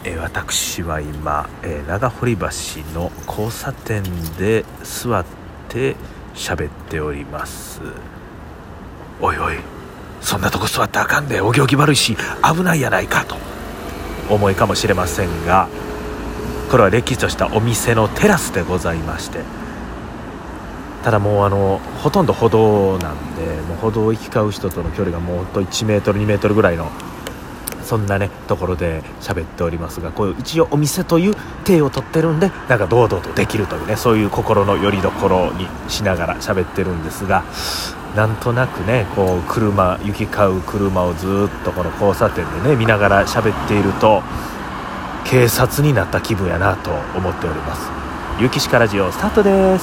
私は今、長堀橋の交差点で座って喋っております。おいおい、そんなとこ座ってあかんで、お行儀悪いし危ないやないかと思いかもしれませんが、これはれっきとしたお店のテラスでございまして、ただもうほとんど歩道なんで、もう歩道を行き交う人との距離がもうほんと1メートル2メートルぐらいのそんなねところで喋っておりますが、こういう一応お店という体を取ってるんで、なんか堂々とできるというね、そういう心の拠り所にしながら喋ってるんですが、なんとなくねこう行き交う車をずっとこの交差点でね見ながら喋っていると、警察になった気分やなと思っております。ゆきしかラジオスタートです。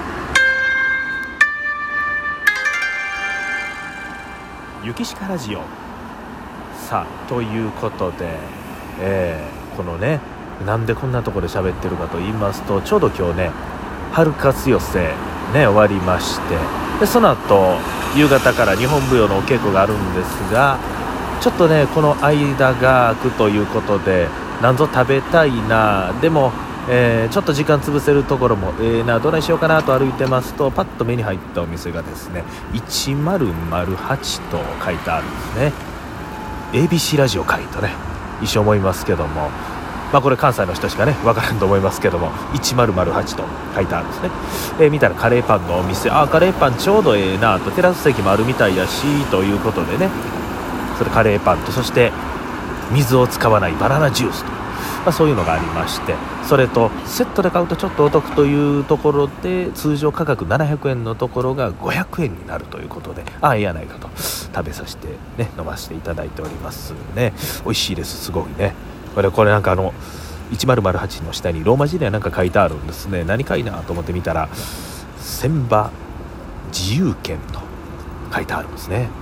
ゆきしかラジオさあ、ということで、このねなんでこんなところで喋ってるかと言いますと、ちょうど今日ね春活寄せね終わりまして、でその後夕方から日本舞踊のお稽古があるんですが、ちょっとねこの間が空くということで、なんぞ食べたいな、でも、ちょっと時間潰せるところもどないしようかなと歩いてますと、パッと目に入ったお店がですね1008と書いてあるんですね。 ABC ラジオ会とね一緒思いますけども、これ関西の人しかね分からんと思いますけども、1008と書いてあるんですね。見たらカレーパンのお店、カレーパンちょうどええなと、テラス席もあるみたいやしということでね、それカレーパンと、そして水を使わないバナナジュースと、そういうのがありまして、それとセットで買うとちょっとお得というところで、通常価格700円のところが500円になるということで、ええやないかと食べさせてね飲ませていただいておりますね。美味しいです、すごいね。これなんか1008の下にローマ字でなんか書いてあるんですね。何かいなと思って見たら、千葉自由軒と書いてあるんですね。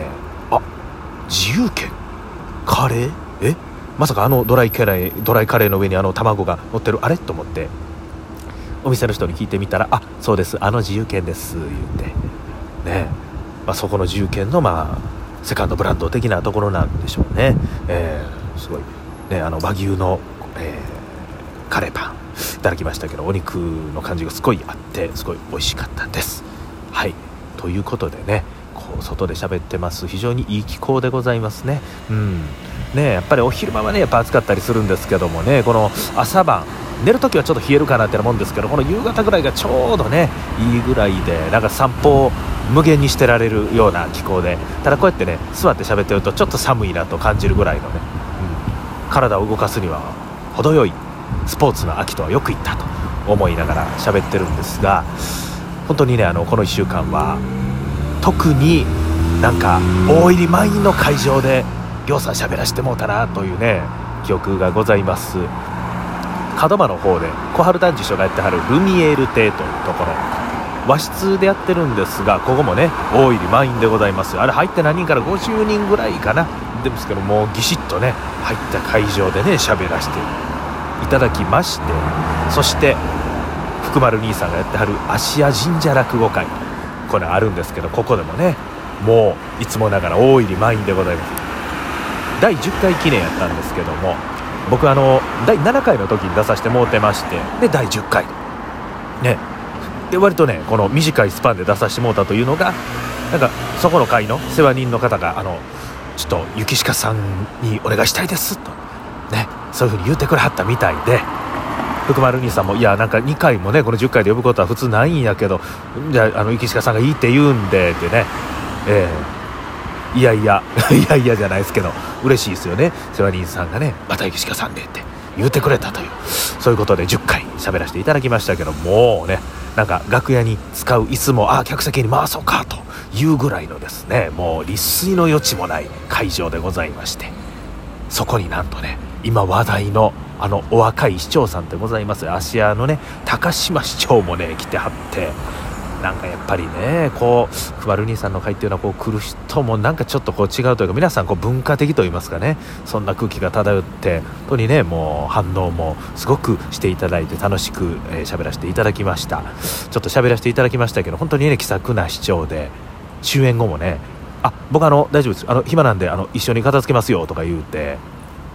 自由軒カレー、まさかドライカレーの上に卵が乗ってるあれと思って、お店の人に聞いてみたら、そうです、自由軒です言ってね、そこの自由軒のセカンドブランド的なところなんでしょうね。すごいね、和牛の、カレーパンいただきましたけど、お肉の感じがすごいあって、すごい美味しかったです。はい、ということでね、外で喋ってます。非常にいい気候でございますね。やっぱりお昼間はねやっぱ暑かったりするんですけどもね、この朝晩寝るときはちょっと冷えるかなってなもんですけど、この夕方ぐらいがちょうどねいいぐらいで、なんか散歩を無限にしてられるような気候で、ただこうやってね座って喋ってるとちょっと寒いなと感じるぐらいのね、体を動かすには程よいスポーツの秋とはよく言ったと思いながら喋ってるんですが、本当にねこの1週間は特になんか大入り満員の会場でぎょうさん喋らせてもうたなというね記憶がございます。門真の方で小春団地所がやってはるルミエール亭というところ、和室でやってるんですが、ここもね大入り満員でございます。あれ入って何人から50人ぐらいかなですけど、もうぎしっとね入った会場でね喋らせていただきまして、そして福丸兄さんがやってはる芦屋神社落語会、これあるんですけど、ここでもねもういつもながら大入り満員でございます。第10回記念やったんですけども、僕第7回の時に出させてもうてまして、で第10回ねで割とねこの短いスパンで出させてもうたというのが、なんかそこの会の世話人の方がちょっと雪鹿さんにお願いしたいですとね、そういう風に言ってくれはったみたいで、福丸兄さんもなんか2回もねこの10回で呼ぶことは普通ないんやけど、じゃあ雪鹿さんがいいって言うんでってね、いやいやじゃないですけど嬉しいですよね。世話人さんがねまた雪鹿さんでって言ってくれたという、そういうことで10回喋らせていただきましたけど、もうねなんか楽屋に使う椅子も客席に回そうかというぐらいのですね、もう立水の余地もない会場でございまして、そこになんとね今話題のお若い市長さんでございます芦屋のね高島市長もね来てはって、なんかやっぱりね福丸兄さんの会っていうのは来る人もなんかちょっと違うというか、皆さん文化的といいますかね、そんな空気が漂って、本当にねもう反応もすごくしていただいて楽しく喋らせていただきました。ちょっと喋らせていただきましたけど、本当にね気さくな市長で、終演後もね僕大丈夫です、暇なんで一緒に片付けますよとか言うて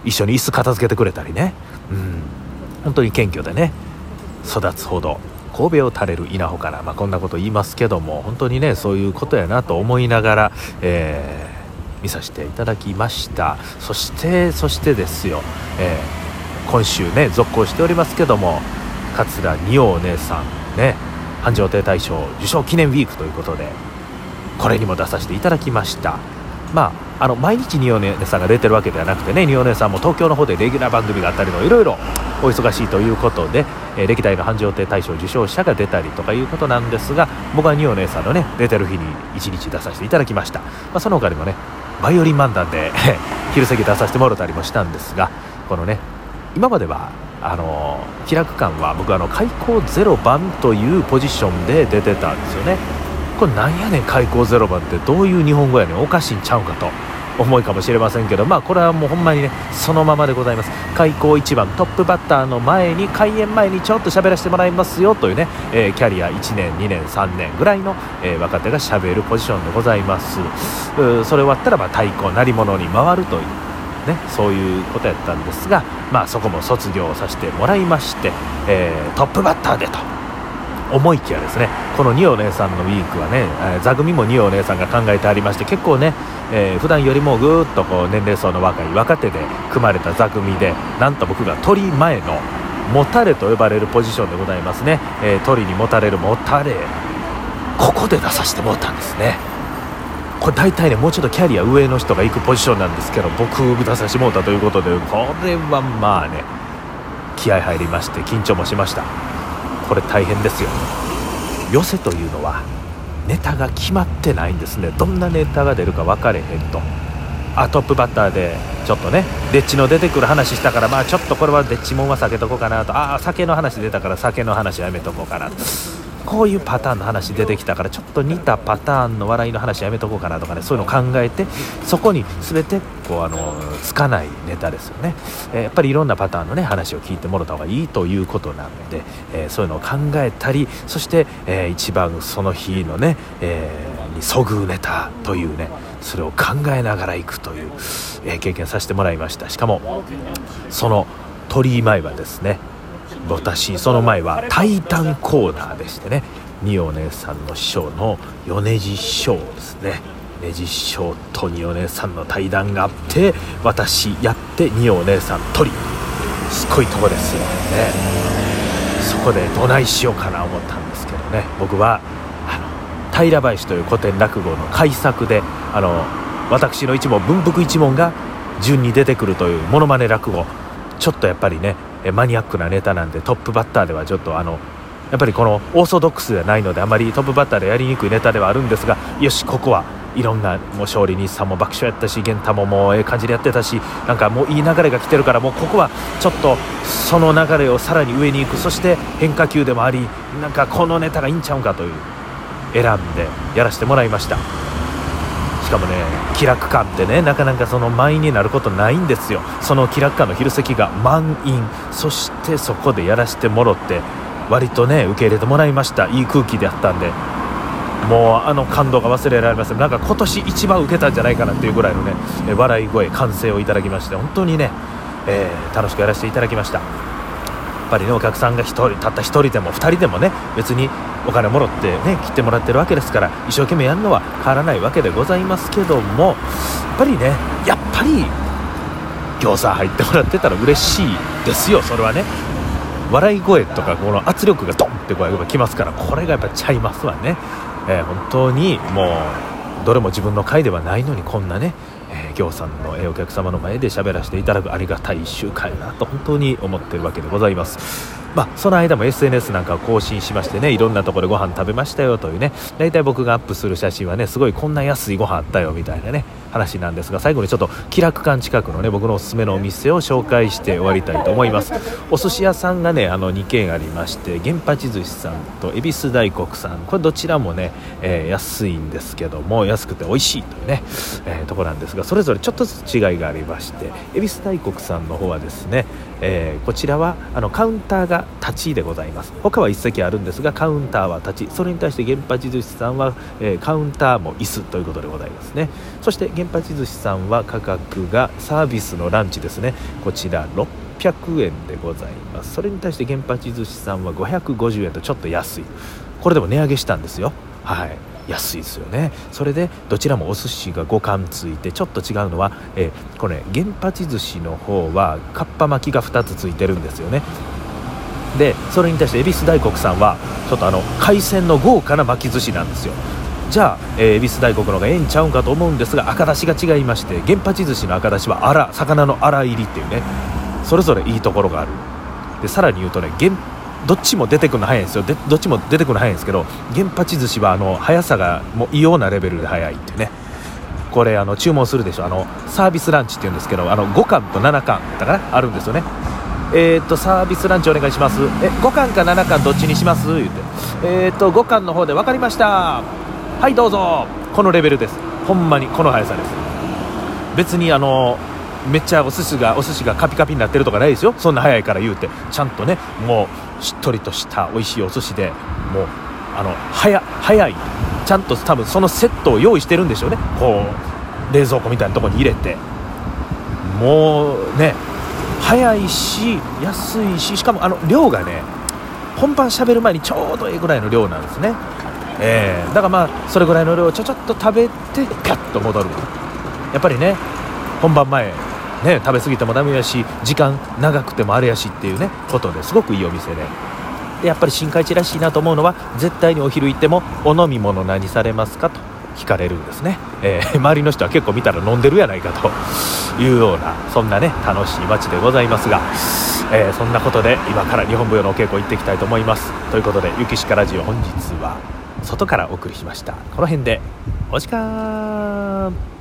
一緒に椅子片付けてくれたりね、本当に謙虚でね、育つほど神戸を垂れる稲穂から、こんなこと言いますけども、本当にねそういうことやなと思いながら、見させていただきました。そしてですよ、今週ね続行しておりますけども、桂二葉お姉さんね、繁盛亭大賞受賞記念ウィークということで、これにも出させていただきました。毎日二葉お姉さんが出てるわけではなくてね、二葉お姉さんも東京の方でレギュラー番組があったりのいろいろお忙しいということで、歴代の繁盛亭大賞受賞者が出たりとかいうことなんですが、僕は二葉お姉さんのね出てる日に1日出させていただきました。その他にもねバイオリン漫談で昼席出させてもらったりもしたんですが、このね今までは気楽館は僕開口0番というポジションで出てたんですよね。これなんやねん開口0番ってどういう日本語やねん、おかしいんちゃうかと思いかもしれませんけど、これはもうほんまにねそのままでございます。開口1番トップバッターの前に開演前にちょっと喋らせてもらいますよというね、キャリア1年2年3年ぐらいの、若手が喋るポジションでございます。それ終わったら太鼓鳴り物に回るというね、そういうことやったんですが、そこも卒業させてもらいまして、トップバッターでと思いきやですね、この二葉お姉さんのウィークはね、座組も二葉お姉さんが考えてありまして、結構ね、普段よりもぐーっとこう年齢層の若い若手で組まれた座組で、なんと僕が鳥前のもたれと呼ばれるポジションでございますね。鳥にもたれるもたれ、ここで出させてもらったんですね。これ大体ねもうちょっとキャリア上の人が行くポジションなんですけど、僕出させてもらったということで、これはね気合入りまして緊張もしました。これ大変ですよ。寄席というのはネタが決まってないんですね。どんなネタが出るか分かれへんと。トップバッターでちょっとねデッチの出てくる話したから、ちょっとこれはデッチもんは避けとこうかなと、酒の話出たから酒の話やめとこうかなと、こういうパターンの話出てきたからちょっと似たパターンの笑いの話やめとこうかなとかね、そういうのを考えて、そこに全てこうつかないネタですよね。やっぱりいろんなパターンのね話を聞いてもらった方がいいということなので、そういうのを考えたり、そして、一番その日のね、にそぐうネタというね、それを考えながら行くという、経験させてもらいました。しかもその鳥居前はですね、私その前は対談コーナーでしてね、二葉お姉さんの師匠の米次師匠ですね、米次師匠と二葉お姉さんの対談があって、私やって二葉お姉さん鳥、すごいとこですよね。そこでどないしようかな思ったんですけどね、僕は平林という古典落語の改作で私の一門文福一門が順に出てくるというモノマネ落語、ちょっとやっぱりねマニアックなネタなんで、トップバッターではちょっとやっぱりこのオーソドックスではないので、あまりトップバッターでやりにくいネタではあるんですが、よしここはいろんな、もう勝利日さんも爆笑やったし、源太もええ感じでやってたし、なんかもういい流れが来てるから、もうここはちょっとその流れをさらに上に行く、そして変化球でもあり、なんかこのネタがいいんちゃうんかという選んでやらせてもらいました。しかもね気楽館ってねなかなかその満員になることないんですよ。その気楽館の昼席が満員、そしてそこでやらせてもろって割とね受け入れてもらいました。いい空気であったんで、もう感動が忘れられません。なんか今年一番受けたんじゃないかなっていうぐらいのね笑い声歓声をいただきまして、本当にね、楽しくやらせていただきました。やっぱりねお客さんがたった一人でも二人でもね別にお金もろってね切ってもらってるわけですから、一生懸命やるのは変わらないわけでございますけども、やっぱり餃子入ってもらってたら嬉しいですよ。それはね笑い声とかこの圧力がドンって声がきますから、これがやっぱちゃいますわね。本当にもうどれも自分の回ではないのに、こんなね行さんのお客様の前で喋らせていただくありがたい1週間やなと本当に思ってるわけでございます。その間も SNS なんかを更新しましてね、いろんなところでご飯食べましたよというね、だいたい僕がアップする写真はねすごいこんな安いご飯あったよみたいなね話なんですが、最後にちょっと気楽館近くのね僕のおすすめのお店を紹介して終わりたいと思います。お寿司屋さんがね2軒ありまして、源八寿司さんと恵比寿大黒さん、これどちらもね、安いんですけども安くて美味しいというね、ところなんですが、それぞれちょっとずつ違いがありまして、恵比寿大黒さんの方はですね、こちらはカウンターがは立ちでございます。他は一席あるんですがカウンターは立ち、それに対して源八寿司さんは、カウンターも椅子ということでございますね。そして源八寿司さんは価格がサービスのランチですね、こちら600円でございます。それに対して源八寿司さんは550円とちょっと安い。これでも値上げしたんですよ。はい、安いですよね。それでどちらもお寿司が5貫ついて、ちょっと違うのは、これ源八寿司の方はかっぱ巻きが2つついてるんですよね。でそれに対して恵比寿大国さんはちょっと海鮮の豪華な巻き寿司なんですよ。じゃあ、恵比寿大国の方がええんちゃうんかと思うんですが、赤だしが違いまして、源八寿司の赤だしは魚の粗入りっていうね、それぞれいいところがある。でさらに言うとね、どっちも出てくるの早いんですよ。どっちも出てくるの早いんですけど、源八寿司は速さがもう異様なレベルで速いっていうね。これ注文するでしょ、サービスランチっていうんですけど、5貫と7貫だからあるんですよね。サービスランチお願いします。5貫か7貫どっちにします言って、5貫の方で分かりました、はいどうぞ。このレベルです。ほんまにこの速さです。別にめっちゃお寿司がカピカピになってるとかないですよ。そんな早いから言うて、ちゃんとね、もうしっとりとした美味しいお寿司で、もう早い、ちゃんと多分そのセットを用意してるんでしょうね。こう冷蔵庫みたいなところに入れて、もうね早いし安いし、しかも量がね、本番喋る前にちょうどいいぐらいの量なんですね。だからまあそれぐらいの量をちょっと食べてピャッと戻る。やっぱりね、本番前ね、食べ過ぎてもダメやし、時間長くてもあれやしっていうねことですごくいいお店で、やっぱり新海地らしいなと思うのは、絶対にお昼行ってもお飲み物何されますかと聞かれるんですね。周りの人は結構見たら飲んでるやないかというような、そんなね楽しい街でございますが、そんなことで今から日本舞踊のお稽古行っていきたいと思います。ということで、ゆきしかラジオ、本日は外からお送りしました。この辺でお時間。